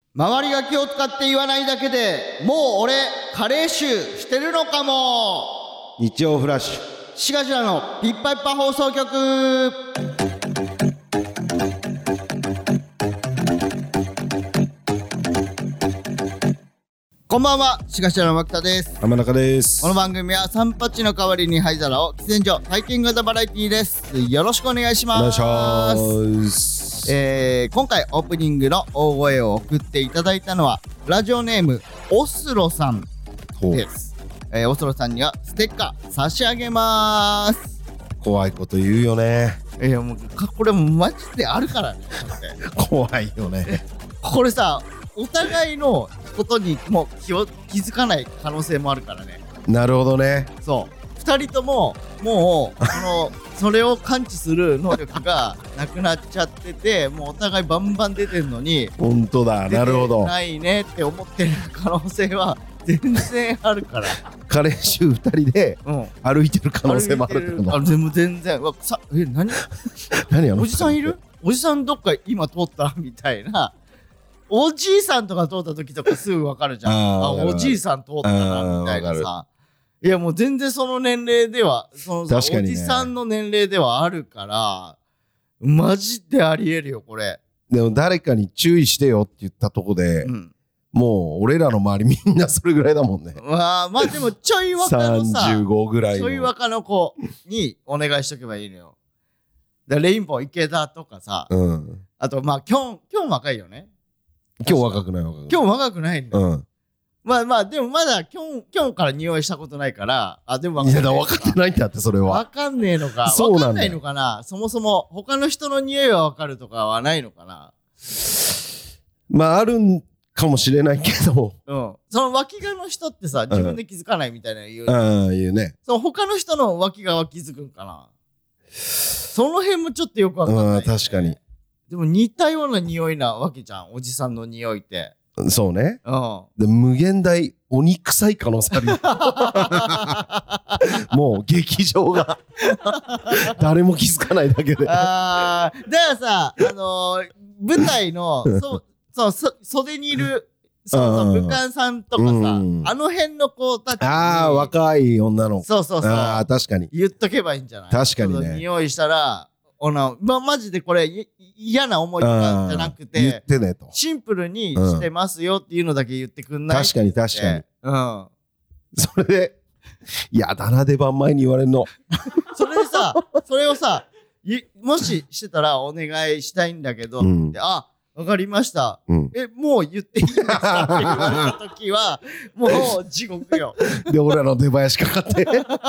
周りが気を使って言わないだけでもう俺加齢臭してるのかも。 日曜フラッシュしがじらのピッパイッパ放送局。こんばんは、しがしらの牧田です。 浜中です。 この番組はサンパッチの代わりに灰皿を喫煙所体験型バラエティです。よろしくお願いします。 お願いします。 今回オープニングの大声を送っていただいたのはラジオネームオスロさんです。オスロさんにはステッカー差し上げます。 怖いこと言うよね。 もうこれもマジであるからね。 怖いよね。 これさ、お互いのことにも気づかない可能性もあるからね。 なるほどね。 そう2人とももうそれを感知する能力がなくなっちゃってて、もうお互いバンバン出てるのに本当だ。なるほど。 出てないねって思ってる可能性は全然あるから。 加齢臭2人で歩いてる可能性もあるってこと。 でも全然何おじさんいる？おじさんどっか今通ったみたいな。おじいさんとか通った時とかすぐ分かるじゃん。おじいさん通ったなみたいなさ。いやもう全然その年齢では確かに、ね、おじさんの年齢ではあるからマジでありえるよこれ。 でも誰かに注意してよって言ったとこで、もう俺らの周りみんなそれぐらいだもんね。 まあでもちょい若のさ 35ぐらいのちょい若の子にお願いしとけばいいのよ。レインボー池田とかさ、あと今日若いよね。 今日若くない。 今日若くないんだよ。でもまだ今日から匂いしたことないから、でも分かってないんだって。それは分かんねえのか。分かんないのかな。そもそも他の人の匂いは分かるとかはないのかな。 あるんかもしれないけど、 その脇がの人ってさ自分で気づかないみたいな言う、 言うね。 その他の人の脇がは気づくんかな。その辺もちょっとよく分かんない、ね。 確かに。でも似たような匂いなわけじゃん、おじさんの匂いって。 そうね。で無限大鬼臭い可能性あるよ。もう劇場が誰も気づかないだけで。だからさ、舞台の袖にいる武漢さんとかさ、あの辺の子たちに若い女の子。 そう確かに言っとけばいいんじゃない。 確かにね。 匂いしたらマジでこれ嫌な思いとかじゃなくて、 言ってねとシンプルにしてますよっていうのだけ言ってくんない。 確かにそれでやだな、出番前に言われるの。 それでさ、それをさもししてたらお願いしたいんだけど、わかりました、もう言っていいですかって言われた時はもう地獄よ。 で俺らの出囃子かかって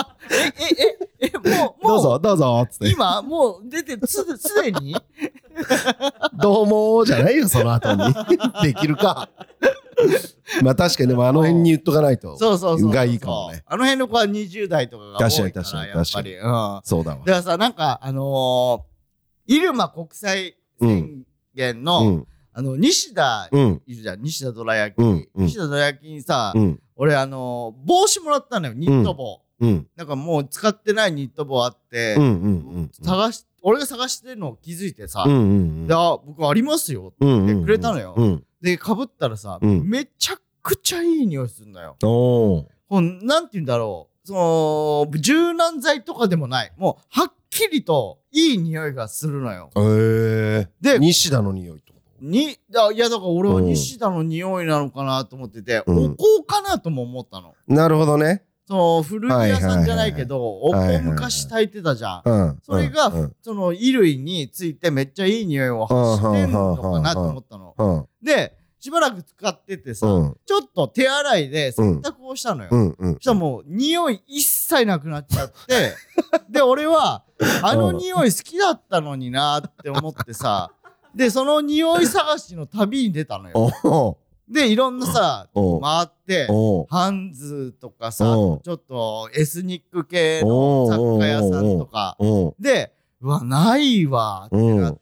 もうどうぞっつって、 今もう出てすでにどうもじゃないよ、その後にできるか。確かに。でもあの辺に言っとかないとがいいかもね。 あの辺の子は20代とかが多いからやっぱり。 そうだわ。 だからさ、なんか入間国際宣言の西田いるじゃん、西田どら焼き。西田どら焼きにさ、俺帽子もらったのよ、ニット帽。なんかもう使ってないニット帽あって、俺が探してるのを気づいてさ、僕ありますよって言ってくれたのよ。で被ったらさ、めちゃくちゃいい匂いするんだよ。なんて言うんだろう、その柔軟剤とかでもない、もうはっきりといい匂いがするのよ。 で西田の匂いといやだから俺は西田の匂いなのかなと思ってて、お香かなとも思ったの。 なるほどね。 古着屋さんじゃないけど、お香昔炊いてたじゃん。それがその衣類についてめっちゃいい匂いを発してんのかなと思ったの。でしばらく使っててさ、ちょっと手洗いで洗濯をしたのよ。そしたらもう匂い一切なくなっちゃってで俺は匂い好きだったのになって思ってさ、でその匂い探しの旅に出たのよ。でいろんなさ回ってハンズとかさ、ちょっとエスニック系の雑貨屋さんとかで、うわないわってなって、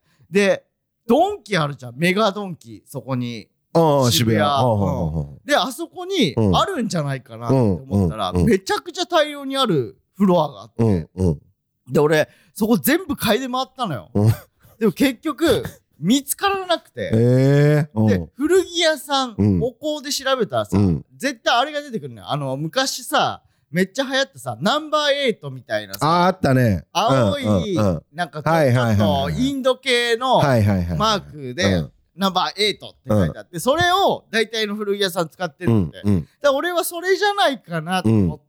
でドンキあるじゃん、メガドンキ、そこに渋谷で、あそこにあるんじゃないかなって思ったら、めちゃくちゃ大量にあるフロアがあって、で俺そこ全部嗅いで回ったのよ。でも結局見つからなくて。で、古着屋さん、お香で調べたらさ、絶対あれが出てくるのよ。昔さ、めっちゃ流行ったさ、ナンバー8みたいなさ。 あったね。 青い、なんかちょっとインド系のマークで、ナンバー8って書いてあって、それを大体の古着屋さん使ってるんで。で、俺はそれじゃないかなと思って、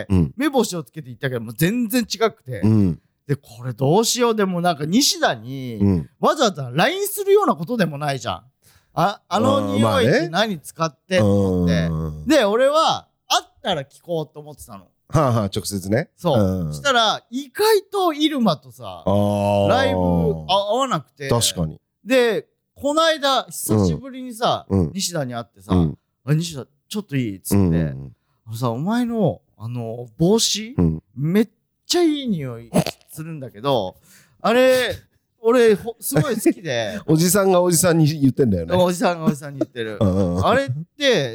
目星をつけていったけど、もう全然違くて。で、これどうしよう。でもなんか西田に、わざわざ LINE するようなことでもないじゃん。あの匂いって何使ってと思って。で、俺は、あったら聞こうと思ってたの。 直接ね。 そう。したら、意外とイルマとさ、ライブ合わなくて。 確かに。 で、こないだ、久しぶりにさ、西田に会ってさ、西田、ちょっといいっつって、さ、お前の、帽子、めっちゃいい匂いするんだけど、あれ、俺、すごい好きで。 おじさんがおじさんに言ってんだよね。 おじさんがおじさんに言ってる。あれって、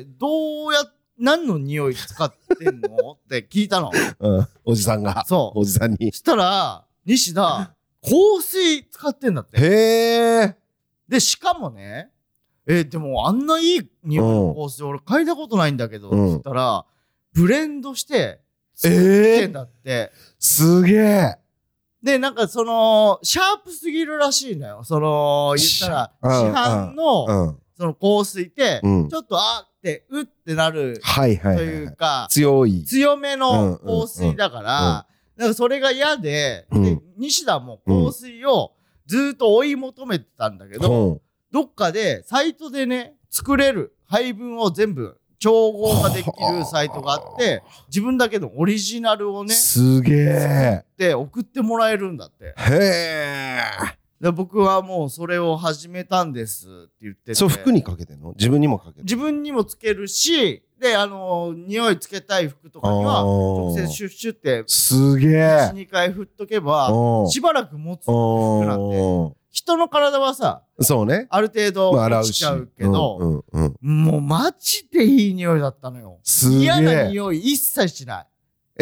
何の匂い使ってんのって聞いたの。 おじさんが。 そう。 おじさんに。 したら、西田、香水使ってんだって。 へー。で、 しかもね、でもあんないい匂いの香水俺嗅いだことないんだけど、つったら、ブレンドして、作ってんだって。 すげえ。 で、なんかシャープすぎるらしいのよ。言ったら、市販の、香水って、ちょっとうってなるというか、強めの香水だから、なんかそれが嫌で、西田も香水をずっと追い求めてたんだけど、どっかでサイトでね、作れる配分を全部調合ができるサイトがあって、自分だけのオリジナルをね、 すげえ。 で送ってもらえるんだって。 へー。 で僕はもうそれを始めたんですって言ってて。 そう、服にかけてんの？自分にもかけてる？ 自分にもつけるし、で、匂いつけたい服とかには、直接シュッシュって、 すげえ。 1、2回振っとけば、しばらく持つ服なんて。人の体はさ、 そうね。 ある程度落ちちゃうけど、もうマジでいい匂いだったのよ。嫌な匂い一切しない。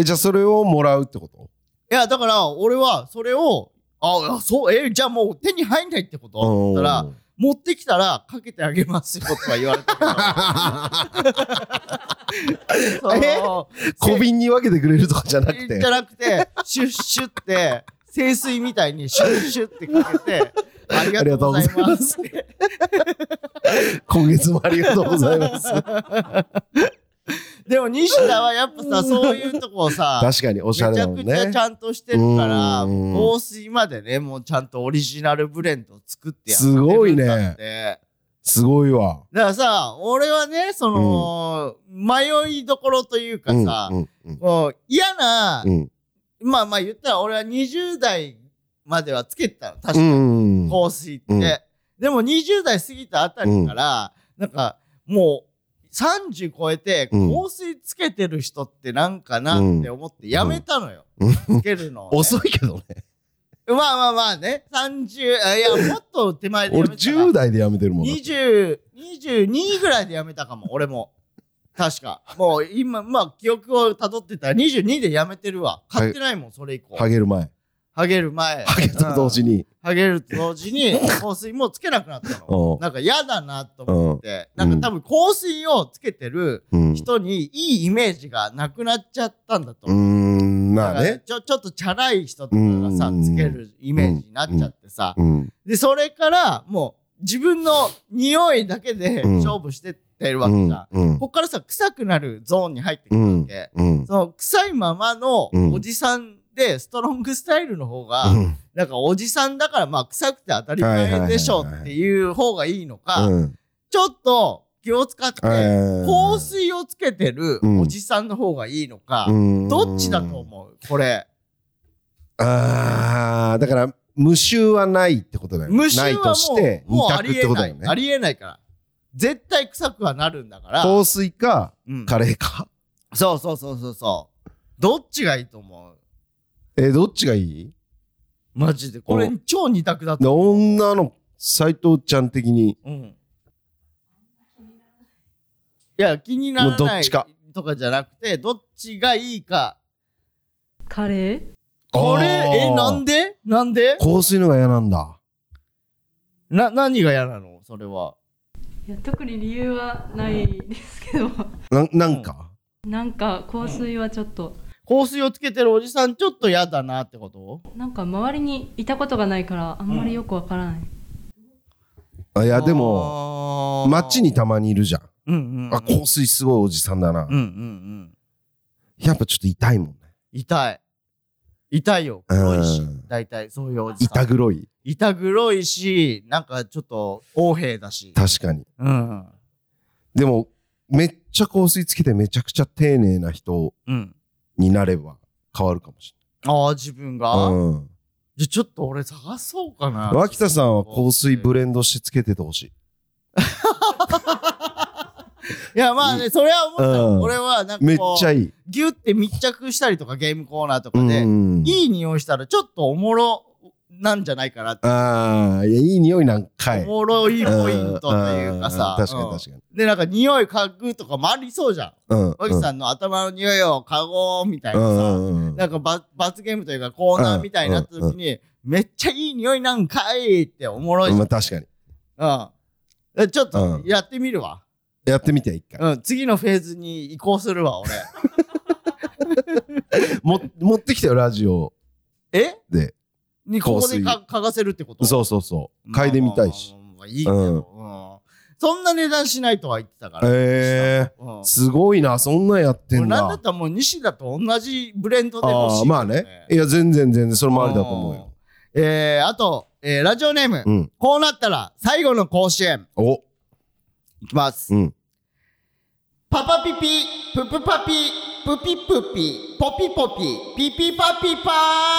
じゃあそれをもらうってこと？ いや、だから俺はそれを、じゃあもう手に入んないってことって言ったら、持ってきたらかけてあげますよとか言われたけど。 小瓶に分けてくれるとかじゃなくて。 シュッシュって、清水みたいにシュッシュってかけて、ありがとうございます。 今月もありがとうございます。 でも西田はやっぱさ、そういうとこをさ、 確かにおしゃれだもんね。 めちゃくちゃちゃんとしてるから、香水までね、もうちゃんとオリジナルブレンドを作ってやってるんだって。 すごいね。すごいわ。 だからさ、俺はね、迷いどころというかさ、嫌な、まあ言ったら俺は20代まではつけてたの。確かに。香水って。でも20代過ぎたあたりから、なんかもう30超えて香水つけてる人ってなんかなって思ってやめたのよ。つけるの。 遅いけどね。 まあね。30、いや、もっと手前でやめた。 俺10代でやめてるもん。 22ぐらいでやめたかも、俺も。確か。もう今、記憶を辿ってたら22でやめてるわ。買ってないもん、それ以降。 ハゲる前。 ハゲる前。 ハゲると同時に。 ハゲると同時に香水もつけなくなったの。なんか嫌だなと思って。なんか多分香水をつけてる人にいいイメージがなくなっちゃったんだと思う。 まあね。 ちょっとチャラい人とかがさ、つけるイメージになっちゃってさ。で、それからもう自分の匂いだけで勝負してってるわけじゃん。こっからさ、臭くなるゾーンに入ってくるわけ。その臭いままのおじさんでストロングスタイルの方が、なんかおじさんだから臭くて当たり前でしょっていう方がいいのか、ちょっと気を使って香水をつけてるおじさんの方がいいのか、どっちだと思うこれ。 だから無臭はないってことだよね。 無臭はないとしてもう二択ってことだよね。 ありえないから。絶対臭くはなるんだから。 香水か、カレーか。 そう。どっちがいいと思う？ どっちがいい？ マジで。これ超二択だと思う。女の斉藤ちゃん的に。 いや、気にならないとかじゃなくて、どっちがいいか。 カレー？ なんで？ 香水のが嫌なんだ。 何が嫌なのそれは。 いや特に理由はないですけどなんか香水はちょっと、 香水をつけてるおじさんちょっと嫌だなってこと？ なんか周りにいたことがないからあんまりよくわからない、 いやでも街にたまにいるじゃん、香水すごいおじさんだな、やっぱちょっと痛いもんね。 痛いよ。黒いし大体そういうおじさん痛黒いし、なんかちょっと横柄だし。 確かに。でもめっちゃ香水つけてめちゃくちゃ丁寧な人になれば変わるかもしれない。 自分が、じゃちょっと俺探そうかな。 脇田さんは香水ブレンドしてつけててほしい。 いやまあね、それは思った。俺はなんかめっちゃいい。 ギュって密着したりとかゲームコーナーとかで、いい匂いしたらちょっとおもろなんじゃないかなって。 いやいい匂いなんかい。 おもろいポイントというかさ。 確かに。 でなんか匂い嗅ぐとかもありそうじゃん。脇さんの頭の匂いを嗅ごうみたいなさ。なんか罰ゲームというかコーナーみたいになった時に、めっちゃいい匂いなんかいっておもろいじゃん。 確かに。ちょっとやってみるわ。 やってみて一回。 次のフェーズに移行するわ俺。 持ってきてよラジオ。で。 ここで嗅がせるってこと？ そう。嗅いでみたいし。 いいけど。そんな値段しないとは言ってたから。 すごいな、そんなんやってんだ。 なんだったらもう西田と同じブレンドで欲しい。 まあね。いや全然それもありだと思うよ。 あとラジオネーム、こうなったら最後の甲子園。いきます。パパピピ、ププパピ、プピプピ、ポピポピ、ピピパピパ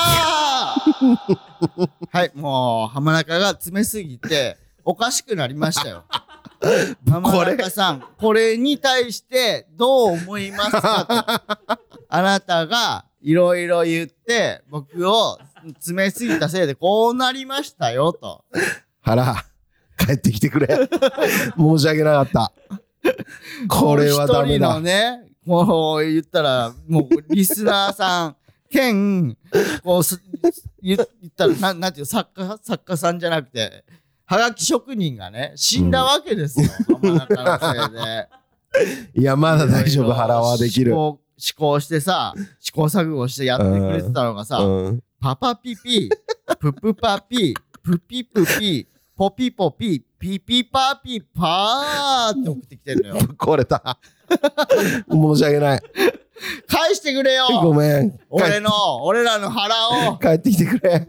ーはい、もう浜中が詰めすぎておかしくなりましたよ。浜中さん、これに対してどう思いますかと。あなたがいろいろ言って僕を詰めすぎたせいでこうなりましたよと。 腹帰ってきてくれ。申し訳なかった。これはダメだ。 一人のね、もう言ったらもうリスナーさん兼こう言ったらなんていう作家さんじゃなくてはがき職人がね死んだわけですよ。浜中のせいで。 いやまだ大丈夫。腹はできる。 思考してさ試行錯誤してやってくれてたのがさ、パパピピププパピプピプピポピポピピピパピパーって送ってきてるのよ。 これた。申し訳ない。 返してくれよ。 ごめん。 俺らの腹を。 帰ってきてくれ。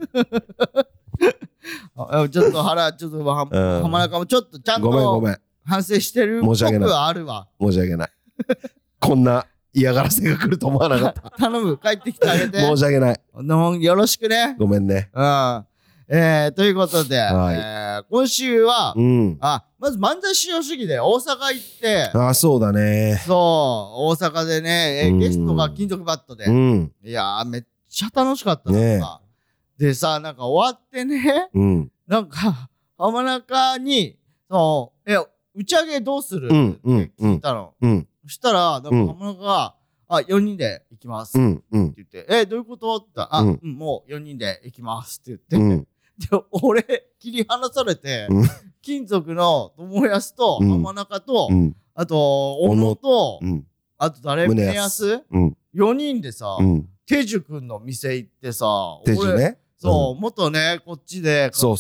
ちょっと浜中もちょっとちゃんと反省してる僕はあるわ。 申し訳ない。こんな嫌がらせが来ると思わなかった。 頼む、帰ってきてあげて。 申し訳ない。 よろしくね。 ごめんね。 ということで、今週は、まず漫才資料主義で大阪行って、 そうだね。 そう、大阪でね、ゲストが金属バットで、いやー、めっちゃ楽しかったな。でさ、なんか終わってね、なんか、浜中に、打ち上げどうするって聞いたの。そしたら、なんか浜中が、4人で行きますって言って、どういうことって言ったら、もう4人で行きますって言って、で、俺、切り離されて、金属の友安と浜中と、あと、小野と、あと誰宗安 ?4 人でさ、テジュ君の店行ってさ、 テジュね。 そう、元ね、こっちで、 そう、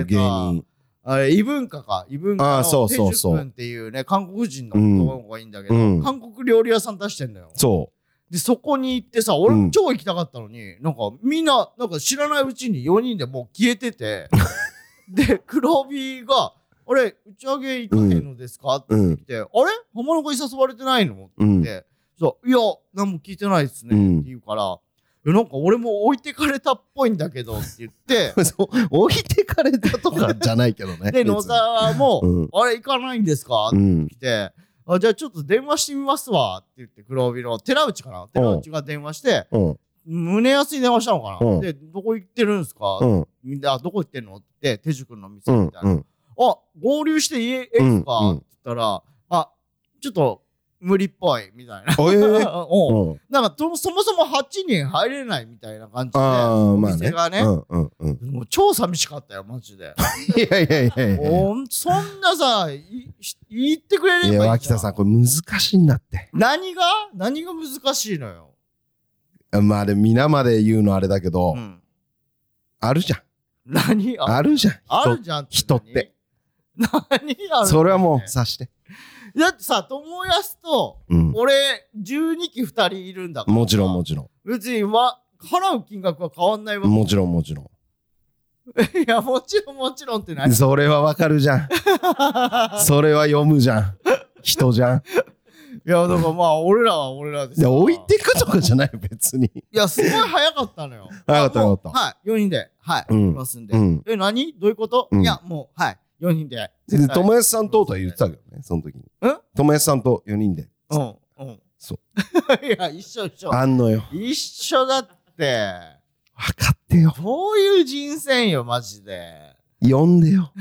芸人。 あれ、異文化のテジュ君っていうね、韓国人の男がいいんだけど、韓国料理屋さん出してんだよ。で、そこに行ってさ、俺も超行きたかったのに、なんかみんな、なんか知らないうちに4人でもう消えてて、で、黒帯が、あれ、打ち上げ行かへんのですかって言って、あれ浜中に誘われてないのって言って、いや、何も聞いてないですねって言うから、なんか俺も置いてかれたっぽいんだけどって言って置いてかれたとかじゃないけどね。 で野沢も、あれ行かないんですかって来て、じゃあちょっと電話してみますわって言って黒帯の寺内かな、寺内が電話して胸安に電話したのかな、でどこ行ってるんですか、みんなどこ行ってんのって手塾の店みたいな、合流していいですかって言ったら、ちょっと無理っぽいみたいな。なんかそもそも8人入れないみたいな感じで、お店がね。もう超寂しかったよ、マジで。 いやいやいやいや。 そんなさ、言ってくれればいいじゃん。いや、 脇田さん、これ難しいんだって。 何が難しいのよ。 まあ、皆まで言うのあれだけど、あるじゃん。あるじゃん。 あるじゃん。 人って。 何ある？ それはもう察して。 だってさ、友安と、俺、12期2人いるんだから。 もちろん。 別に払う金額は変わんないわけ。 もちろん。いや、もちろんって何？ それはわかるじゃん。それは読むじゃん。人じゃん。 いや、だからまあ、俺らです。 いや、置いてくとかじゃないよ、別に。いや、すごい早かったのよ。 早かった。 はい、4人で、はい、いますんで。何？どういうこと？いや、もう、はい、4人で。 友安さんとは言ってたけどね、その時に。友安さんと4人で。そう。 いや、一緒。 あんのよ。 一緒だって。 分かってよ。 どういう人選よ、マジで。 呼んでよ。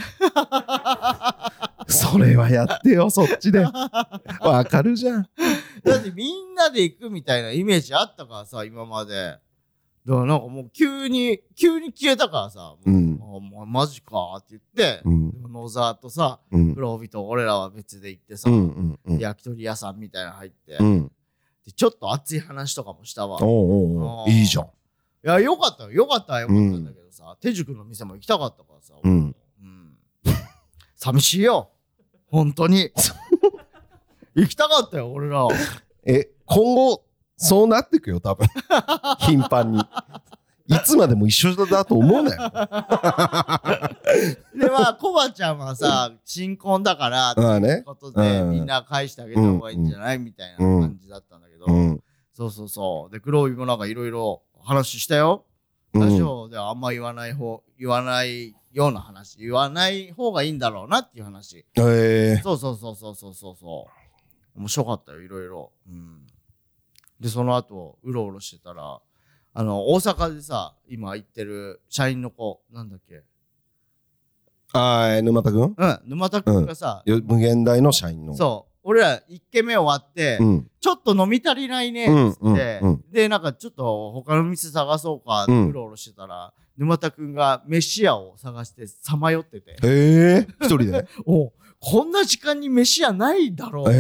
それはやってよ、そっちで。わかるじゃん。 だってみんなで行くみたいなイメージあったからさ、今まで。だからなんかもう急に消えたからさ、マジかって言って、野沢とさ、黒帯と俺らは別で行ってさ、焼き鳥屋さんみたいなの入って、でちょっと熱い話とかもしたわ。 いいじゃん。 いや、よかったんだけどさ、手塾の店も行きたかったからさ、寂しいよ。本当に。行きたかったよ、俺ら。 今後、そうなってくよ、多分。頻繁に。いつまでも一緒だと思うなよ。 で、まあ、コバちゃんはさ、新婚だから、ということで、みんな返してあげた方がいいんじゃないみたいな感じだったんだけど、そう。で、黒帯もなんかいろいろ話したよ。ラジオではあんま言わないような話、言わない方がいいんだろうなっていう話。そう。面白かったよ、いろいろ。で、その後、うろうろしてたら、大阪でさ、今行ってる社員の子、なんだっけ？ 沼田くん？ 沼田くんがさ、 無限大の社員の。 そう。俺ら1軒目終わって、ちょっと飲み足りないねっつって、で、なんかちょっと他の店探そうかってうろうろしてたら、沼田くんが飯屋を探してさまよってて。 一人でこんな時間に飯屋ないだろうって。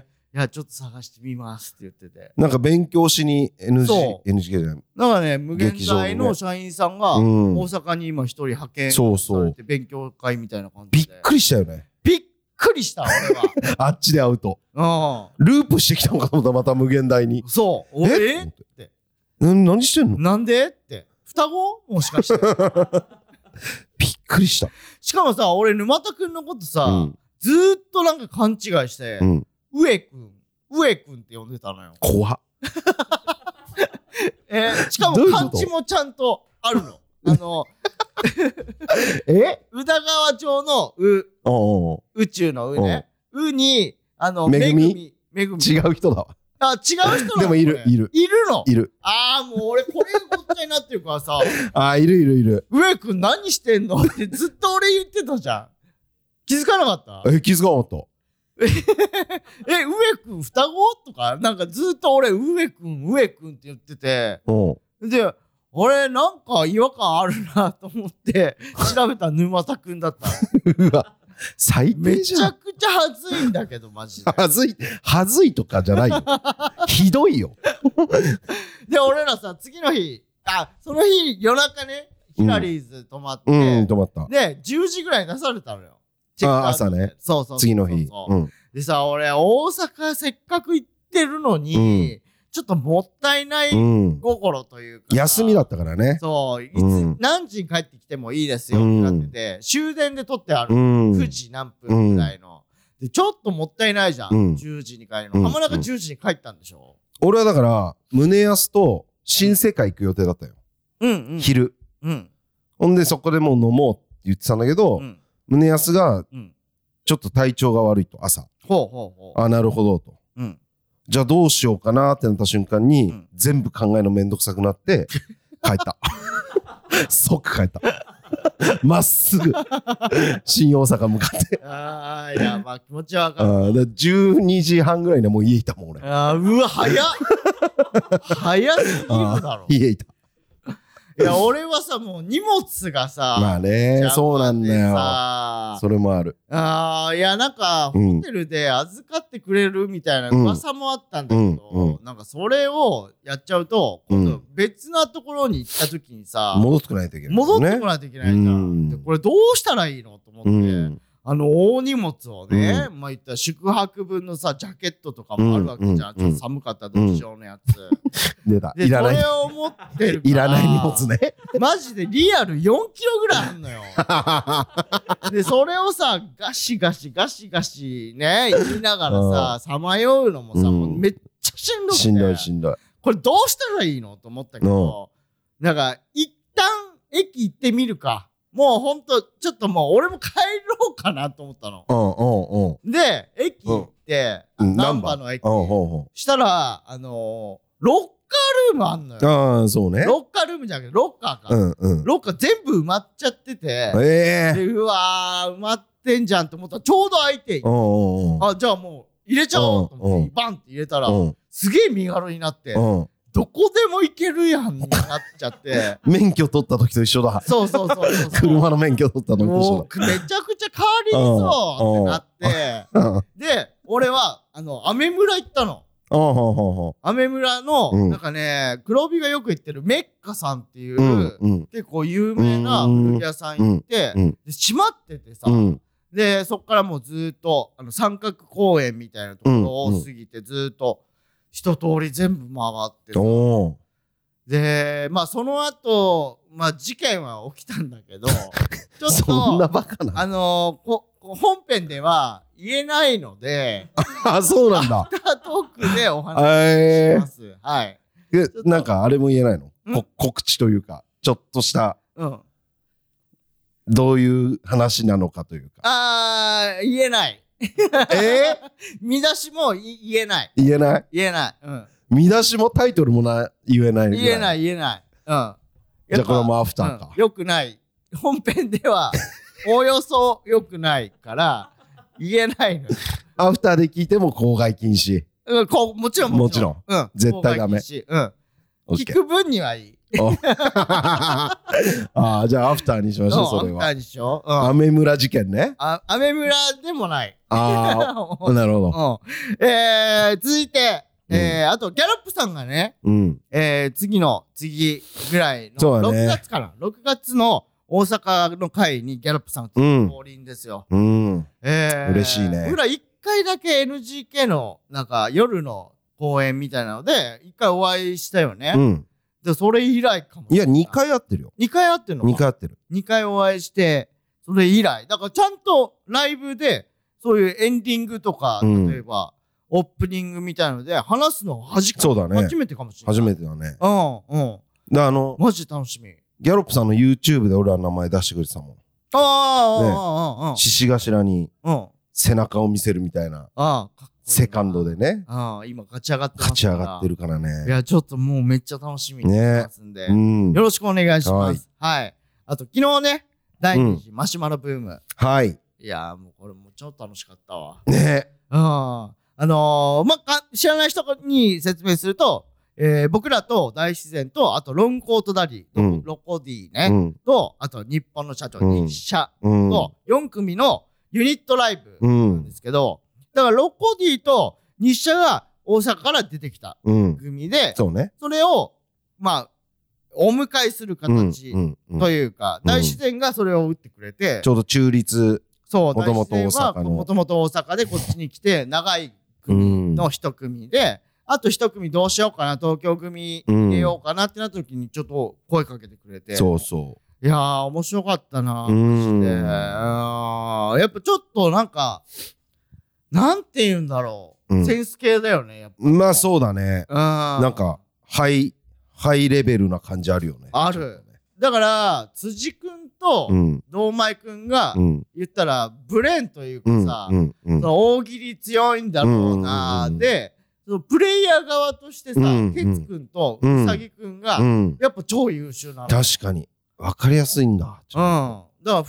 いや、ちょっと探してみますって言ってて。 なんか勉強しに NGK じゃない。 なんかね、無限大の社員さんが大阪に今一人派遣されて勉強会みたいな感じで。 びっくりしたよね。 びっくりした、俺は。 あっちで会うと。ループしてきたのかと思った、また無限大に。 そう。って。 何してんの？ なんでって。双子？もしかして。 びっくりした。 しかもさ、俺沼田くんのことさ、ずーっとなんか勘違いして、上くんって呼んでたのよ。 怖っ。 しかも漢字もちゃんとあるの。宇田川町の宇宙のね。に、 めぐみ。違う人だわ。 違う人でもいるの。 いる。 もう俺これごっちゃになってるからさ。 いる。 上くん何してんのってずっと俺言ってたじゃん。気づかなかった？ 気づかなかった。 上くん双子とかなんかずっと俺上くんって言ってて、で俺なんか違和感あるなと思って調べたら沼田くんだった。 うわ最低じゃん。 めちゃくちゃはずいんだけどマジで。 はずいとかじゃないよ。ひどいよ。 で俺らさ次の日その日夜中ねヒラリーズ泊まって、 泊まった。 で10時ぐらいに出されたのよ。 朝ね。 そう次の日。 でさ、俺、大阪せっかく行ってるのに、ちょっともったいない心というか。 休みだったからね。 そう、何時に帰ってきてもいいですよってなってて、終電で撮ってある。9時何分ぐらいの。で、ちょっともったいないじゃん。10時に帰るの。浜中10時に帰ったんでしょ？ 俺はだから、宗安と新世界行く予定だったよ。昼。ほんで、そこでもう飲もうって言ってたんだけど、宗安が、ちょっと体調が悪いと、朝。なるほどと。じゃあどうしようかなってなった瞬間に、全部考えるのめんどくさくなって、帰った。即帰った。 まっすぐ新大阪向かって。 いやまあ気持ちは分かる。 12時半ぐらいでもう家いたもん俺。 うわ早っ早すぎるだろ。 家いた。 いや俺はさもう荷物がさまあねそうなんだよ。それもある。 いやなんかホテルで預かってくれるみたいな噂もあったんだけど、なんかそれをやっちゃうと今度別なところに行った時にさ戻ってこないといけない。 戻ってこないといけないじゃん。でこれどうしたらいいのと思って。大荷物をね、まあ言ったら宿泊分のさジャケットとかもあるわけじゃん。ちょっと寒かった時上のやつ。 出た。 でそれを持ってるからいらない荷物ね。 マジでリアル4キロぐらいあんのよ。でそれをさガシガシね言いながらさまようのもさもうめっちゃしんどくて。 しんどい。 これどうしたらいいのと思ったけど、なんか一旦駅行ってみるか。もうほんとちょっともう俺も帰ろうかなと思ったの。で駅行って難波の駅したらロッカールームあんのよ。 そうね。 ロッカールームじゃなくてロッカーか。ロッカー全部埋まっちゃってて、でうわー埋まってんじゃんと思ったらちょうど空いて、じゃあもう入れちゃおうと思ってバンって入れたらすげえ身軽になって。どこでも行けるやんになっちゃって免許取った時と一緒だ。 そう車の免許取った時と一緒だ。めちゃくちゃ変わりそうってなってで俺はアメ村行ったの。アメ村のなんかね黒帯がよく行ってるメッカさんっていう結構有名な古着屋さん行って閉まっててさでそっからもうずっと三角公園みたいなところを過ぎてずっと一通り全部回ってさでまあその後まあ事件は起きたんだけどちょっとそんなバカな本編では言えないのでそうなんだ。 アフタートークでお話しします。はい。 なんかあれも言えないの？告知というかちょっとしたどういう話なのかというか。 言えない。見出しも言えない。 言えない。見出しもタイトルも言えない。 言えない。じゃあこれもアフターか。 よくない。本編ではおよそよくないから言えないの。 アフターで聞いても公害禁止。 もちろん。 絶対ダメ。 聞く分にはいい。 じゃあアフターにしましょう。それは。 アフターにしよう。 アメ村事件ね。 アメ村でもない。 なるほど。 続いて、あとギャロップさんがね、次ぐらいの6月かな。6月の大阪の会にギャロップさん降臨ですよ。 嬉しいね。 僕ら1回だけ NGK のなんか夜の公演みたいなので1回お会いしたよね。でそれ以来かも。 いや2回会ってるよ。 2回会ってるの？ 2回会ってる。 2回お会いしてそれ以来だからちゃんとライブでそういうエンディングとか例えばオープニングみたいなので話すの初めてかもしれない。 初めてだね。 マジ楽しみ。 ギャロップさんの YouTube で俺らの名前出してくれてたもん。獅子頭に背中を見せるみたいな。セカンドでね。 今勝ち上がってます。 勝ち上がってるからね。 いやちょっともうめっちゃ楽しみにしてますんで、よろしくお願いします。はい。あと昨日ね第2次マシュマロブーム。 はい。 いやもうこれも超楽しかったわ。 ね。 知らない人に説明すると、僕らと大自然とあとロングコートダディ、ロコディね、とあと日本の社長日社と4組のユニットライブなんですけど、だからロコディと日社が大阪から出てきた組で、それをまあお迎えする形というか、大自然がそれを打ってくれて、 ちょうど中立。 そう、大自然はもともと大阪でこっちに来て長い組の一組で、あと一組どうしようかな、東京組入れようかなってなった時にちょっと声かけてくれて、 そうそう。 いやー面白かったなーって。やっぱちょっとなんかなんて言うんだろう、センス系だよね。やっぱまあそうだね。なんかハイレベルな感じあるよね。 ある。だから辻くんと堂前くんが言ったらブレーンというかさ、その大喜利強いんだろうなーで、そのプレイヤー側としてさ、ケツくんとうさぎくんがやっぱ超優秀なの。 確かに。 わかりやすいんだ。 だから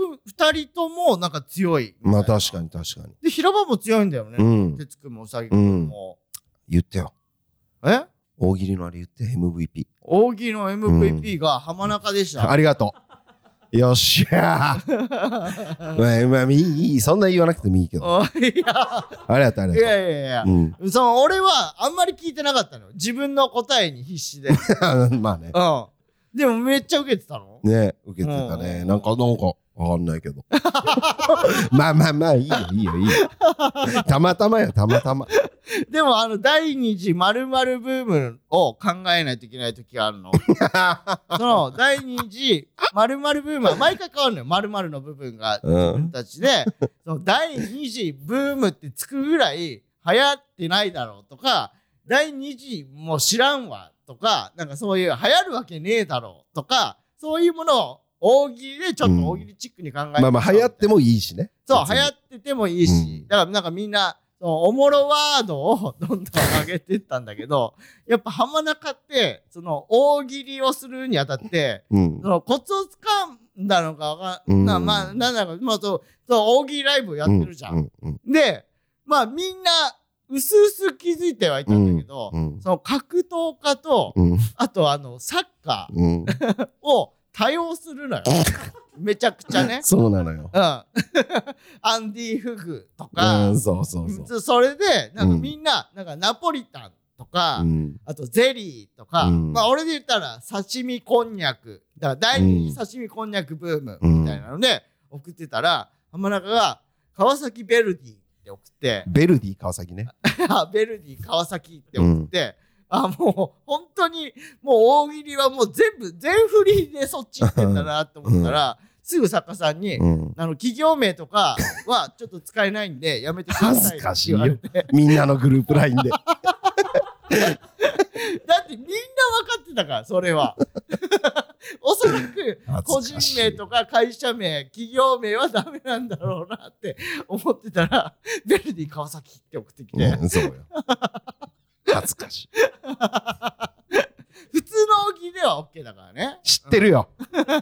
2人ともなんか強い。 まあ確かに確かに。 で、平場も強いんだよね。哲くんもうさぎくんも。 言ってよ。大喜利のあれ言って、MVP。 大喜利の MVP が浜中でした。 ありがとう。よっしゃー。まあ、いい。そんな言わなくてもいいけど。ありがとう。 いや。俺はあんまり聞いてなかったの。自分の答えに必死で。 まあね。 でもめっちゃ受けてたの？ ね、受けてたね。なんかわかんないけど。まあ、いいよ。たまたま。 でも第二次〇〇ブームを考えないといけない時があるの。その第二次〇〇ブームは毎回変わるのよ。〇〇の部分が自分たちで、その第二次ブームってつくぐらい流行ってないだろうとか、第二次も知らんわとか、なんかそういう流行るわけねえだろうとか、そういうものを大喜利でちょっと大喜利チックに考えて、 まあ流行ってもいいしね。 そう流行っててもいいし、だからなんかみんなおもろワードをどんどん上げていったんだけど、やっぱ浜中ってその大喜利をするにあたって、そのコツをつかんだのかまあなんだかそう大喜利ライブをやってるじゃん。で、まあみんなうすうす気づいてはいたんだけど、その格闘家と、あとサッカーを多用するのよ。めちゃくちゃね。 そうなのよ。 アンディ・フグとか、それでなんかみんななんかナポリタンとか、あとゼリーとか、まあ俺で言ったら刺身こんにゃく、だから第二次刺身こんにゃくブームみたいなので送ってたら、浜中が川崎ベルディって送って、 ベルディ川崎ね。 ベルディ川崎って送って、もう本当にもう大喜利はもう全振りでそっち行ってんだなって思ったら、すぐ作家さんに、企業名とかはちょっと使えないんでやめてくださいって言われて。 恥ずかしいよ。みんなのグループラインで。 だってみんな分かってたからそれは。おそらく個人名とか会社名企業名はダメなんだろうなって思ってたら、ベルディ川崎って送ってきて、 そうよ。恥ずかしい。 普通の大喜利では OK だからね。 知ってるよ。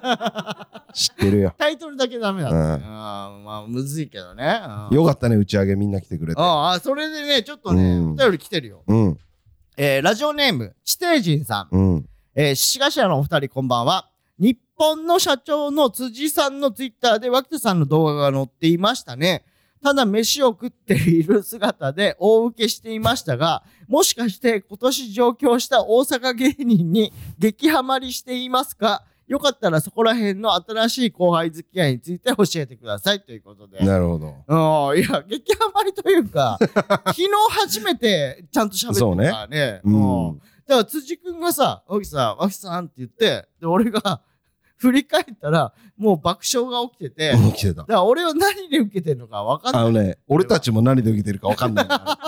タイトルだけダメだったね。まあむずいけどね。 よかったね、打ち上げみんな来てくれて。 それでね、ちょっとね、お便り来てるよ。ラジオネーム地底人さん。獅子頭のお二人こんばんは。日本の社長の辻さんのツイッターで脇田さんの動画が載っていましたね。ただ飯を食っている姿で大受けしていましたが、もしかして今年上京した大阪芸人に激ハマりしていますか？よかったらそこら辺の新しい後輩付き合いについて教えてくださいということで。 なるほど。 いや、激ハマりというか、昨日初めてちゃんと喋ってたからね。だから辻君がさ、脇さんって言って、で、俺が振り返ったら、もう爆笑が起きてて、だから俺は何で受けてるのか分かんない。 俺たちも何で受けてるか分かんない。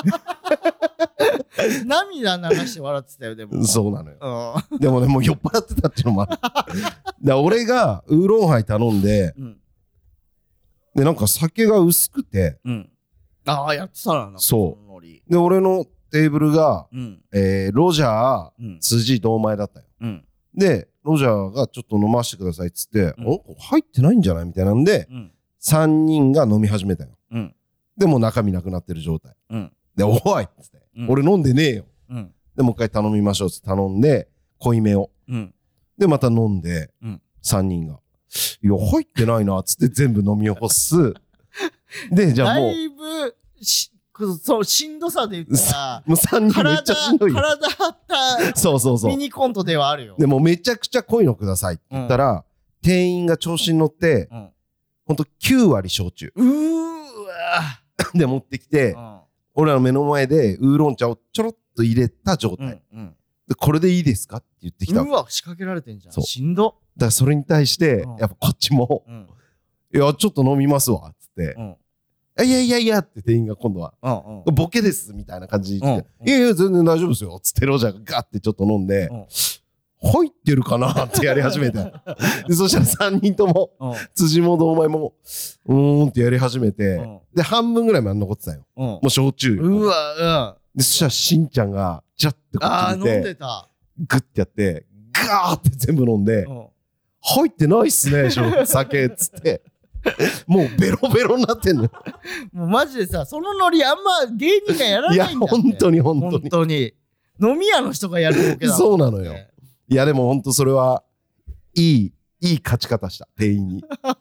涙流して笑ってたよ、でも。 そうなのよ。でもね、もう酔っ払ってたっていうのもある。だから俺がウーロンハイ頼んで、で、なんか酒が薄くて、 やってたな。 そう。で、俺のテーブルが、ロジャー、辻、堂前だったよ。で、ロジャーがちょっと飲ませてくださいっつって、入ってないんじゃないみたいなんで、3人が飲み始めたよ。で、もう中身なくなってる状態。で、おいっつって、俺飲んでねえよ。で、もう一回頼みましょうっつって頼んで、濃いめを。で、また飲んで、3人が、いや、入ってないなっつって全部飲み起こす。で、じゃあもう。 だいぶ、そう、しんどさで言ったら、 もう3人めっちゃしんどいよ。 体張ったそうミニコントではあるよ。 でもめちゃくちゃ濃いのくださいって言ったら、店員が調子に乗って、ほんと9割焼酎。で持ってきて、俺らの目の前でウーロン茶をちょろっと入れた状態。でこれでいいですかって言ってきた。 仕掛けられてんじゃん。しんど。 だからそれに対して、やっぱこっちも、いや、ちょっと飲みますわ、つって。いやって店員が今度は、ボケですみたいな感じで言って、いや全然大丈夫ですよ、つってロジャーがガッてちょっと飲んで、入ってるかなってやり始めて。で、そしたら3人とも、辻も堂前も、ってやり始めて、で、半分ぐらいまで残ってたよ。もう焼酎。で、そしたらしんちゃんが、ジャッてこっち見て、グッてやって、ガーって全部飲んで、 入ってないっすね酒っつってもうベロベロになってんのよもうマジでさ、そのノリあんま芸人がやらないんだって。いや本当に飲み屋の人がやるボケだ。 そうなのよ。いやでも本当それはいい勝ち方した店員に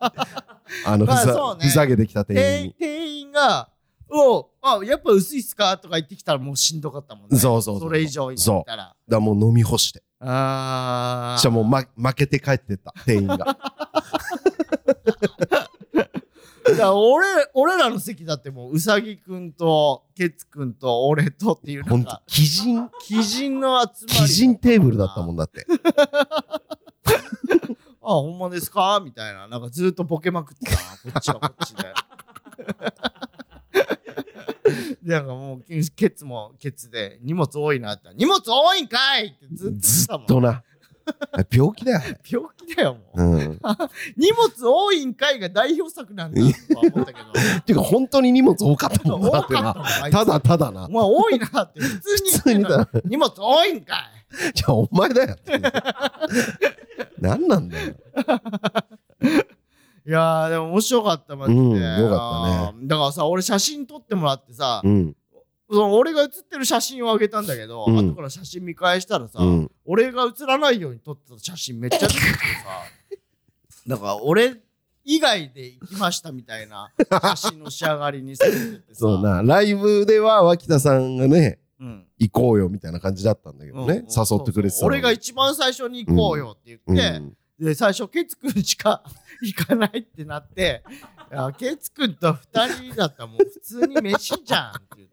ふざけてきた店員に。 店員がやっぱ薄いっすかとか言ってきたらもうしんどかったもんね。それ以上言ったら。 だもう飲み干して。じゃあもう負けて帰ってった店員が。だから俺らの席だってもううさぎくんとケツくんと俺とっていうほんと鬼人の集まり。 鬼人テーブルだったもんだって。 ほんまですかみたいな。なんかずっとボケまくってたな。こっちはこっちで。なんかもうケツもケツで荷物多いなって荷物多いんかいってずっとしたもん。 ずっとな。病気だよ。 病気だよもう。荷物多いんかいが代表作なんだとは思ったけど。 てか本当に荷物多かったもんなってな。ただな。 お前多いなって普通に荷物多いんかい。 じゃあお前だよって。何なんだよ。 いやでも面白かったマジで。 よかったね。 だからさ俺写真撮ってもらってさ、俺が写ってる写真をあげたんだけど、後から写真見返したらさ、俺が写らないように撮ってた写真めっちゃ出てきてさ、だから俺以外で行きましたみたいな写真の仕上がりにされててさ。 そうな、ライブでは脇田さんがね、行こうよみたいな感じだったんだけどね、誘ってくれてた。 俺が一番最初に行こうよって言って、で最初ケツくんしか行かないってなって、ケツくんと2人だったらもう普通に飯じゃんって言って、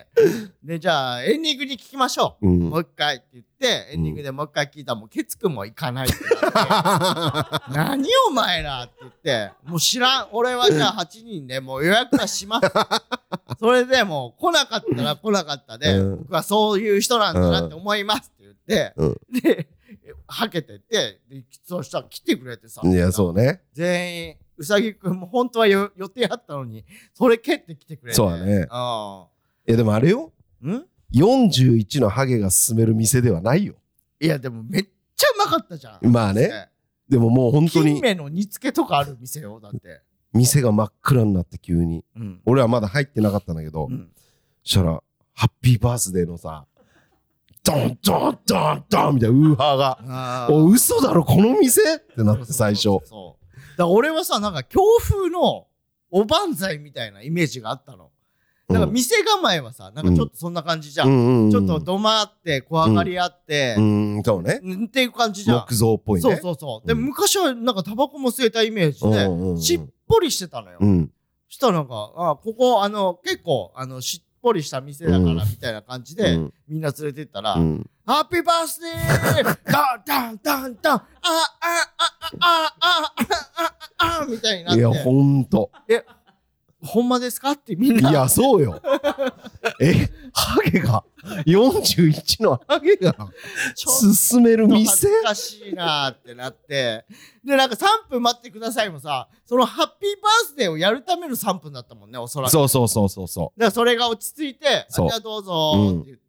でじゃあエンディングに聞きましょう、もう一回って言ってエンディングでもう一回聞いたらもうケツくんも行かないってなって何お前らって言って、もう知らん、俺はじゃあ8人でもう予約はしますそれでもう来なかったら来なかったで、僕はそういう人なんだなって思いますって言って、ではけてってそうしたら来てくれてさ。 いやそうね、 全員うさぎくんも本当は予定あったのにそれ蹴って来てくれて。 そうだね。いやでもあれよ、41のハゲが勧める店ではないよ。 いやでもめっちゃうまかったじゃん。 まあね、でももう本当に金目の煮付けとかある店よ。だって店が真っ暗になって急に、俺はまだ入ってなかったんだけど、そしたらハッピーバースデーのさドンドンドンドンみたいなウーハーが、嘘だろこの店ってなって最初。 だから俺はさなんか強風のおばんざいみたいなイメージがあったの。だから店構えはさなんかちょっとそんな感じじゃん。ちょっとどまって怖がり合って、 そうねっていう感じじゃん。 木造っぽいね。 そうで昔はなんかタバコも吸えたイメージでしっぽりしてたのよ。そしたらなんかここ結構しっぽりした店だからみたいな感じでみんな連れてったら、ハッピーバースデーダンダンダンダンみたいになって。 いやほんとほんまですかってみんな。 いやそうよハゲが41のハゲが勧める店、 恥ずかしいなってなって、でなんか3分待ってくださいもさ、そのハッピーバースデーをやるための3分だったもんね、おそらく。 そうだからそれが落ち着いてじゃあどうぞって言って、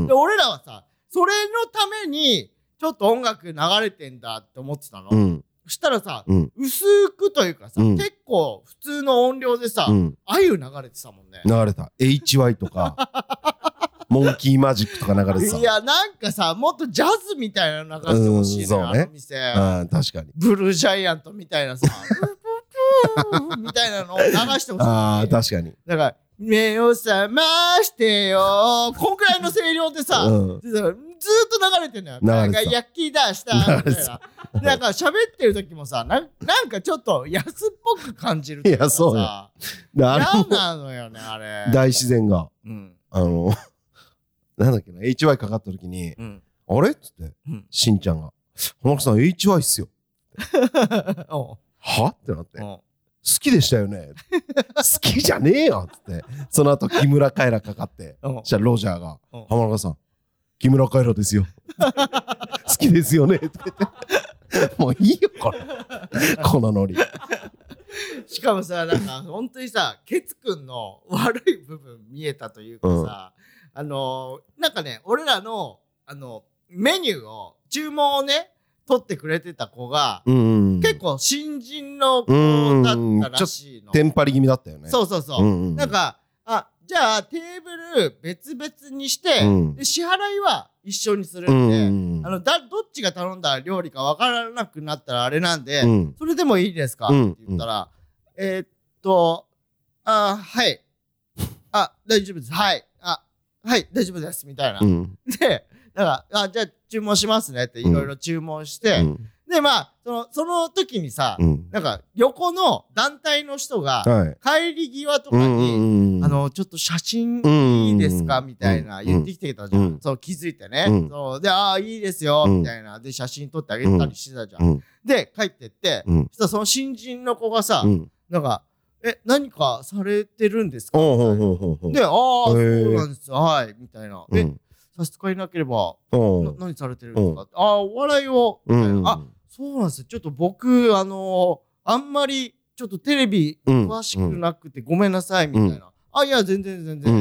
で俺らはさそれのためにちょっと音楽流れてんだって思ってたの。そしたらさ、薄くというかさ、結構普通の音量でさ、あゆ流れてたもんね。 流れた HY とかモンキーマジックとか流れてた。 いやなんかさもっとジャズみたいなの流してほしいの、あの店。 確かにブルージャイアントみたいなさみたいなのを流してほしい。 確かに。 だから目を覚ましてよこんくらいの声量でさ、ずーっと流れてんのよ。なんか焼き出したみたいな。なんか喋ってる時もさなんかちょっと安っぽく感じる。 いやそうよ。 嫌なのよねあれ。 大自然がなんだっけな HY かかった時に、あれっつって、しんちゃんが浜中さん HY っすよはってなって、好きでしたよね好きじゃねえよっつって、その後木村カエラかかって、そしたらロジャーが浜中さん木村カエラですよ好きですよねって言ってもういいよこのノリ。 しかもさなんか本当にさケツくんの悪い部分見えたというかさ、なんかね俺らのメニューを注文をね撮ってくれてた子が、結構新人の子だったらしいの。 テンパり気味だったよね。 そうそうそう。なんか、じゃあテーブル別々にして、で支払いは一緒にするんで、どっちが頼んだ料理か分からなくなったらあれなんで、それでもいいですかって言ったら、はい。大丈夫です。はい。はい、大丈夫です。みたいな。で、だから、じゃあ注文しますねっていろいろ注文して、で、まあ、その時にさ、なんか、横の団体の人が、帰り際とかに、ちょっと写真いいですかみたいな言ってきてたじゃん。そう、気づいてね。そう、で、いいですよ、みたいな。で、写真撮ってあげたりしてたじゃん。で、帰ってって、その新人の子がさ、なんか、何かされてるんですかで、そうなんです。はい、みたいな。差し支えなければ、何されてるんですかお笑いを、みたいな。そうなんですよ。ちょっと僕、あんまり、ちょっとテレビ詳しくなくてごめんなさい、みたいな。いや、全然、って。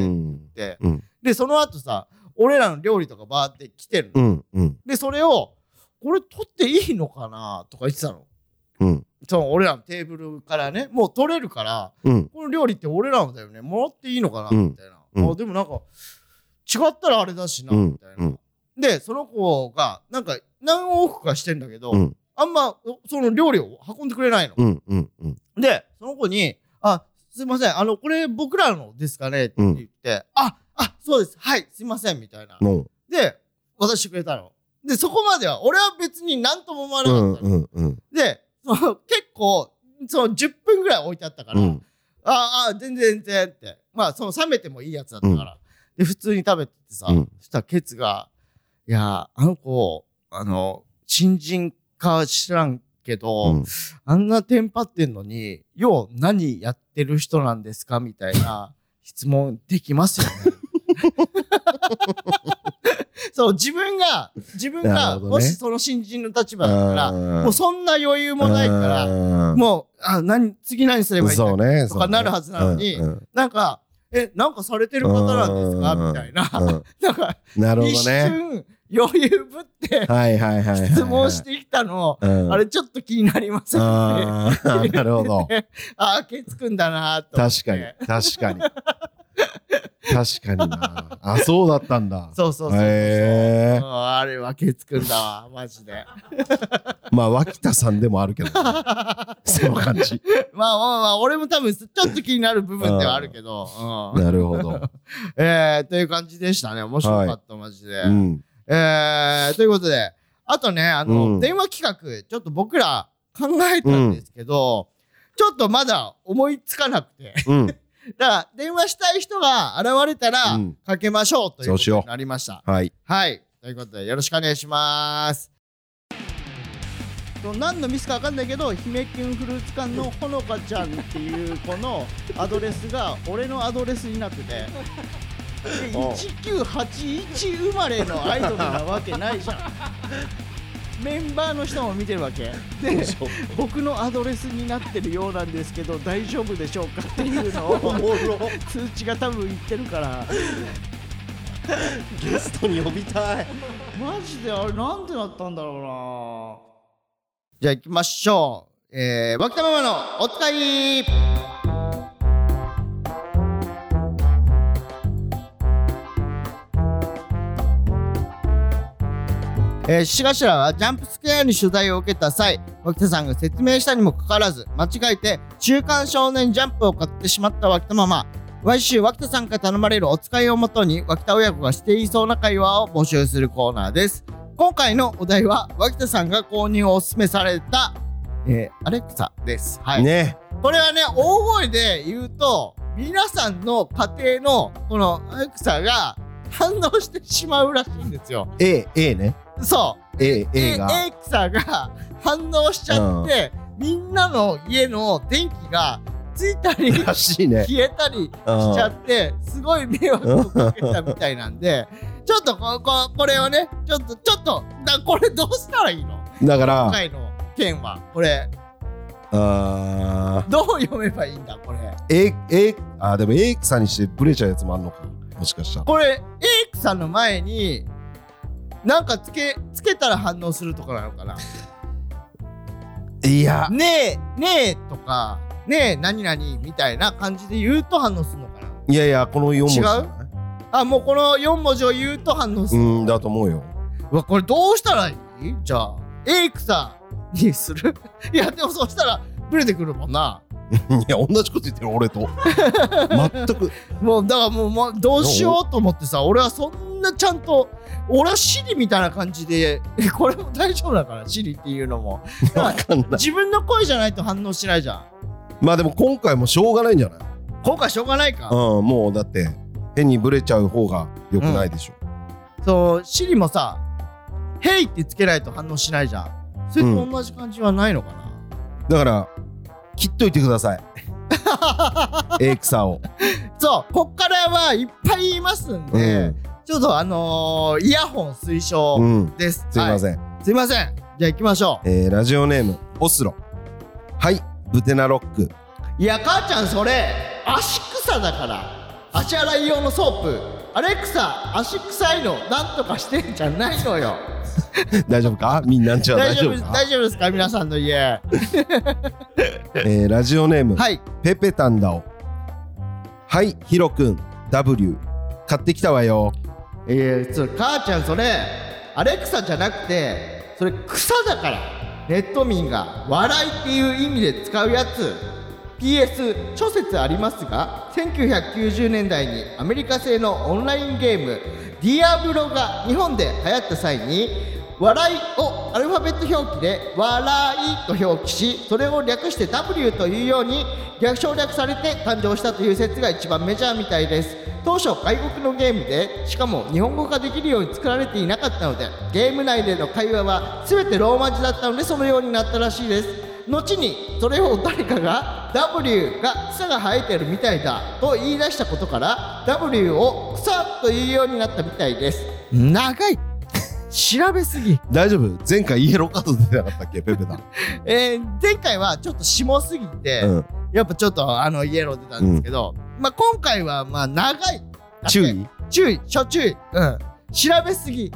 で、その後さ、俺らの料理とかバーって来てるの。で、それを、これ取っていいのかなとか言ってたの。俺らのテーブルからね、もう取れるから、この料理って俺らのだよね。もらっていいのかなみたいな。でもなんか、違ったらあれだしな、みたいな。で、その子が、なんか、何往復かしてんだけど、あんま、その料理を運んでくれないの。で、その子に、すいません、これ僕らのですかねって言って、そうです、はい、すいません、みたいな。で、渡してくれたの。で、そこまでは、俺は別に何とも思わなかったの。で、結構、10分ぐらい置いてあったから、全然って。まあ、冷めてもいいやつだったから。で、普通に食べててさ、そしたらケツが、いや、あの子、新人か知らんけど、あんなテンパってんのに、何やってる人なんですかみたいな質問できますよね。そう、自分が、もしその新人の立場だったら、もうそんな余裕もないから、もう、次何すればいいんだとかなるはずなのに、なんか、なんかされてる方なんですかみたいな。なんか、一瞬、余裕ぶって、質問してきたの、あれちょっと気になりますね。 なるほど。 ケツくんだなと。 確かに。確かにな。そうだったんだ。 そう。あれはケツくんだわ、マジで。 まあ、脇田さんでもあるけど、その感じ。 まあ、俺も多分ちょっと気になる部分ではあるけど。 なるほど。 という感じでしたね。面白かった、マジで。ということで、あとね、電話企画、ちょっと僕ら考えたんですけど、ちょっとまだ思いつかなくて。だから、電話したい人が現れたら、かけましょうということになりました。はい。ということで、よろしくお願いします。何のミスか分かんないけど、姫キュンフルーツ館のほのかちゃんっていう子のアドレスが俺のアドレスになってて、1981生まれのアイドルなわけないじゃん。メンバーの人も見てるわけで、僕のアドレスになってるようなんですけど大丈夫でしょうかっていうのを通知が多分言ってるからゲストに呼びたい。 マジであれなんでなったんだろうな。じゃあ行きましょう。脇田ママのお使い。獅頭はジャンプスクエアに取材を受けた際、脇田さんが説明したにもかかわらず、間違えて週刊少年ジャンプを買ってしまった脇田ママ。毎週脇田さんから頼まれるお使いをもとに、脇田親子がしていそうな会話を募集するコーナーです。今回のお題は、脇田さんが購入をお勧めされた、アレクサです。はい。ね。これはね、大声で言うと、皆さんの家庭のこのアレクサが反応してしまうらしいんですよ。 A ね。 そう。 A が。 アレクサが反応しちゃって、みんなの家の電気がついたり、消えたりしちゃって、すごい迷惑をかけたみたいなんで、ちょっとこれをね、ちょっと、これどうしたらいいの？ だから、 今回の件は、これ。どう読めばいいんだ、これ。 でも A さんにしてブレちゃうやつもあんのか。もしかしたら。 これ、A さんの前に、 なんかつけたら反応するとかなのかな。 いやねえとかねえ何々みたいな感じで言うと反応するのかな。 いやいや、この4文字じゃない？ 違う？あ、もうこの4文字を言うと反応する。 だと思うよ。 うわ、これどうしたらいい？じゃあエイクさんにする？いやでもそうしたらブレてくるもんな。 いや、同じこと言ってる俺と全くもうだからもうどうしようと思ってさ、俺はそんなちゃんと俺はシリみたいな感じでこれも大丈夫だから、シリっていうのもわかんない。 自分の声じゃないと反応しないじゃん。 まあでも今回もしょうがないんじゃない？ 今回しょうがないか。 もうだって変にブレちゃう方が良くないでしょ。 そう、シリもさヘイってつけないと反応しないじゃん。それと同じ感じはないのかな。 だから切っといてくださいエイクサを。 そう、こっからはいっぱい言いますんで、ちょっとイヤホン推奨です、 すいません、 すいません。じゃあ行きましょう。 ラジオネームオスロ。はい、ブテナロック。 いや母ちゃん、それ足草だから。足洗い用のソープ。アレクサ、足臭いのなんとかしてんじゃないのよ大丈夫か？みんなちは大丈夫か？ 大丈夫ですか皆さんの家ラジオネーム、 はい、 ペペタンダオ。はい、ヒロくん W 買ってきたわよ。 母ちゃん、それアレクサじゃなくてそれ草だから。ネット民が笑いっていう意味で使うやつ。 PS 諸説ありますが、1990年代にアメリカ製のオンラインゲームディアブロが日本で流行った際に、笑いをアルファベット表記で笑いと表記し、それを略して W というように省略されて誕生したという説が一番メジャーみたいです。当初外国のゲームで、しかも日本語化できるように作られていなかったので、ゲーム内での会話は全てローマ字だったので、そのようになったらしいです。後にそれを誰かが W が草が生えてるみたいだと言い出したことから、 W を草というようになったみたいです。長い調べすぎ。 大丈夫？前回イエローカード出てなかったっけペペタン。 前回はちょっと下すぎて、やっぱちょっとイエロー出たんですけど、まあ今回はまあ長い。 注意諸注意。調べすぎ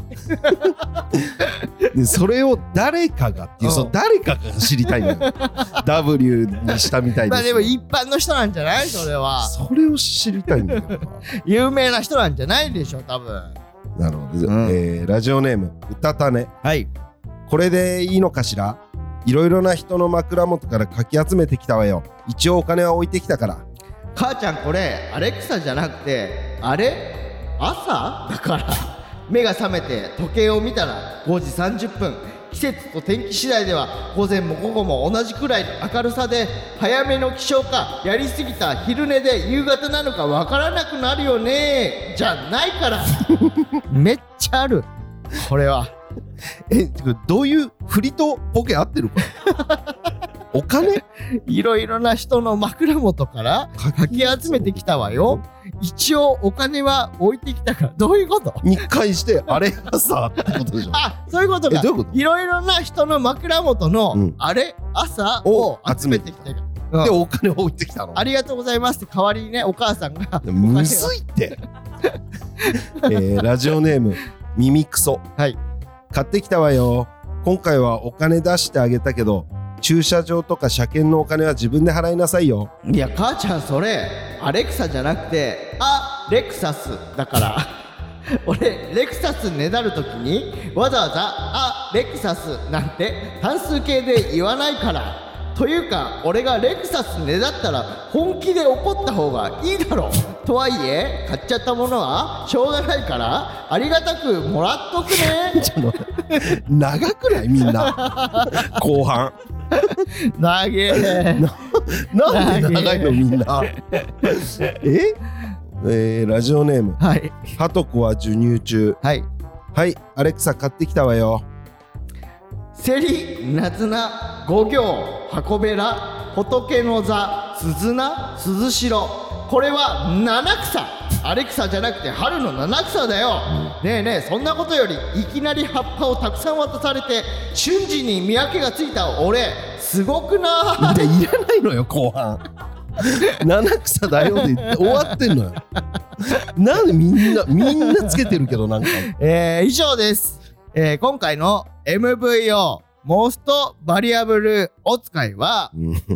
でそれを誰かがっていう、その誰かが知りたいんだよW にしたみたいです。 まあでも一般の人なんじゃない？それはそれを知りたいんだよな有名な人なんじゃないでしょ多分。 なるほど、ラジオネームうたたね。 はい、 これでいいのかしら？いろいろな人の枕元からかき集めてきたわよ。一応お金は置いてきたから。 母ちゃん、これアレクサじゃなくて朝だから目が覚めて時計を見たら5時30分。季節と天気次第では午前も午後も同じくらい明るさで、早めの起床かやりすぎた昼寝で夕方なのかわからなくなるよねじゃないからめっちゃあるこれは。 どういう振りとボケ合ってるかお金？ いろいろな人の枕元からかき集めてきたわよ。一応お金は置いてきたから。どういうこと？ に返してあれ朝ってことでしょ。 あ、そういうことか。 どういうこと？ いろいろな人の枕元の、朝を集めてきたから、 でお金を置いてきたの。 ありがとうございますって代わりにね、お母さんがむずいってラジオネーム耳クソ。 はい、 買ってきたわよ。今回はお金出してあげたけど、駐車場とか車検のお金は自分で払いなさいよ。 いや母ちゃん、それアレクサじゃなくてレクサスだから俺レクサスねだるときにわざわざレクサスなんて単数形で言わないから。というか俺がレクサスねだったら本気で怒った方がいいだろう。とはいえ買っちゃったものはしょうがないからありがたくもらっとくねちょっと長くないみんな後半長えなんで長いのみんなラジオネーム、 はい、 はとこは授乳中。はい、はい、アレクサ買ってきたわよ。 セリナズナ五行箱べら仏の座鈴名鈴代。これは七草。アレクサじゃなくて春の七草だよ、ねえねえ、そんなことよりいきなり葉っぱをたくさん渡されて瞬時に見分けがついた俺すごくないやいらないのよ後半七草だよって終わってんのよなんでみんなつけてるけどなんか以上です。 今回の MVO モーストバリアブルお使いは、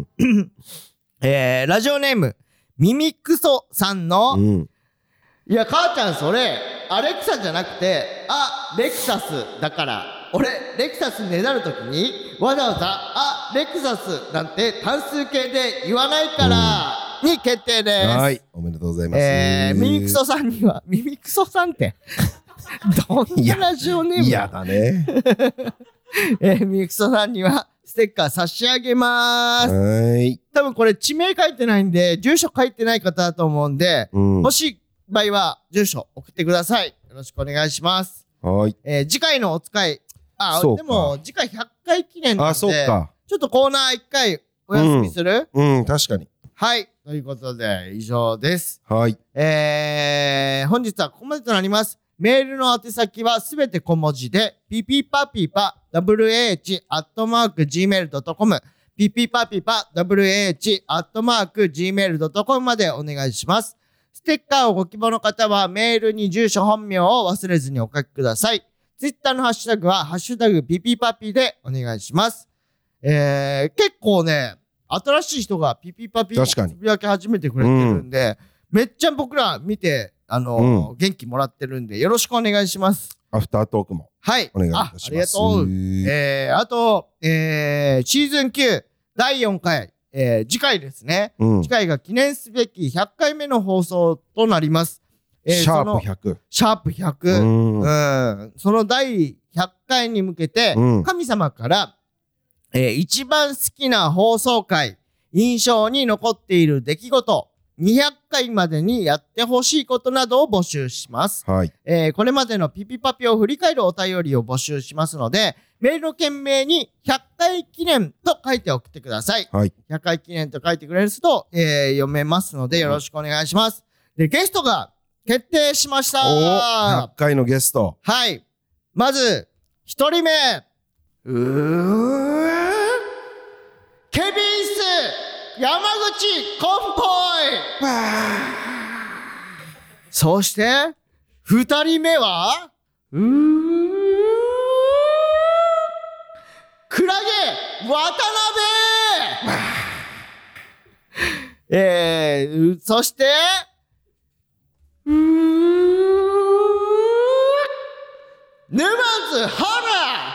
ラジオネームミミクソさんの、いや母ちゃんそれアレクサじゃなくてレクサスだから、俺レクサスねだるときにわざわざレクサスなんて単数形で言わないから、に決定です。 はい、おめでとうございます。 ミミクソさんには、ミミクソさんってどんなラジオネーム嫌だね。 ミミクソさんにはステッカー差し上げまーす。 はい。 多分これ地名書いてないんで、住所書いてない方だと思うんで、もし場合は住所送ってください。よろしくお願いします。 はい。 次回のお使い、でも次回100回記念なんで、 そうか。 ちょっとコーナー1回お休みする？ 確かに。 はい。ということで、以上です。 はい。 本日はここまでとなります。メールの宛先はすべて小文字で、wah@gmail.com、wah@gmail.com までお願いします。ステッカーをご希望の方は、メールに住所本名を忘れずにお書きください。ツイッターのハッシュタグは、ハッシュタグピピパピでお願いします。結構ね、新しい人がピピパピつぶやき始めてくれてるんで、めっちゃ僕ら見て、元気もらってるんで、よろしくお願いします。 アフタートークも。 はい。 お願いいたします。 ありがとう。あと、シーズン9、第4回、次回ですね。次回が記念すべき100回目の放送となります。 シャープ100。 シャープ100。その第100回に向けて、神様から、一番好きな放送回、印象に残っている出来事、200回までにやってほしいことなどを募集します。 はい。 これまでのピピパピを振り返るお便りを募集しますので、メールの件名に100回記念と書いて送ってください。 はい。 100回記念と書いてくれると、読めますのでよろしくお願いします。で、ゲストが決定しました。 100回のゲスト。 はい。まず、1人目。ケビンス山口コンボイ。そして、2人目は、クラゲ渡辺。そして、沼津原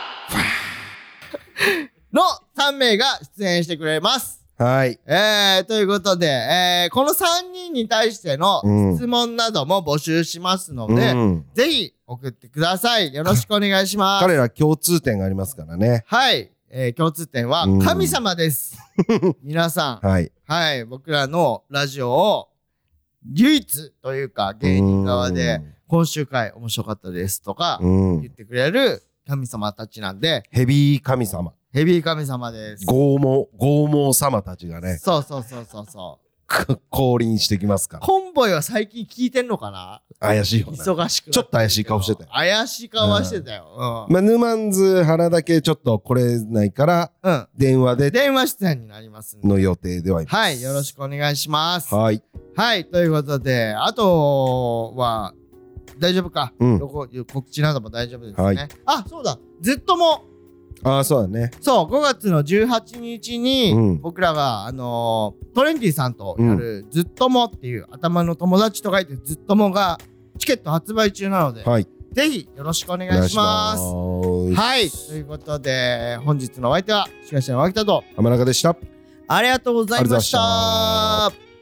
の3名が出演してくれます。 はい。 ということで、この3人に対しての質問なども募集しますので、ぜひ送ってください。よろしくお願いします。 彼ら共通点がありますからね。 はい。共通点は神様です。皆さん。 はい。 はい。僕らのラジオを唯一というか芸人側で今週回面白かったですとか言ってくれる神様たちなんで。 ヘビー神様。 ヘビー神様です。 剛毛様たちがね。 そう。 降臨してきますから。 コンボイは最近聞いてんのかな？ 怪しいよな。 忙しく。 ちょっと怪しい顔してたよ。 怪しい顔はしてたよ。 まあ、ヌマンズ原だけちょっと来れないから、電話で。 電話出演になりますの予定ではいます。 はい。よろしくお願いします。 はい。 はい。ということで、あとは、大丈夫か。告知なども大丈夫ですね。はい、あ、そうだ。ずっとも。 そうだね。 そう、5月の18日に、僕らが、トレンディさんとやる、ずっともっていう、頭の友達と書いて、ずっともが、チケット発売中なので、ぜひ、よろしくお願いします。はい。ということで、本日のお相手は、司会者の脇田と、 浜中でした。 ありがとうございました。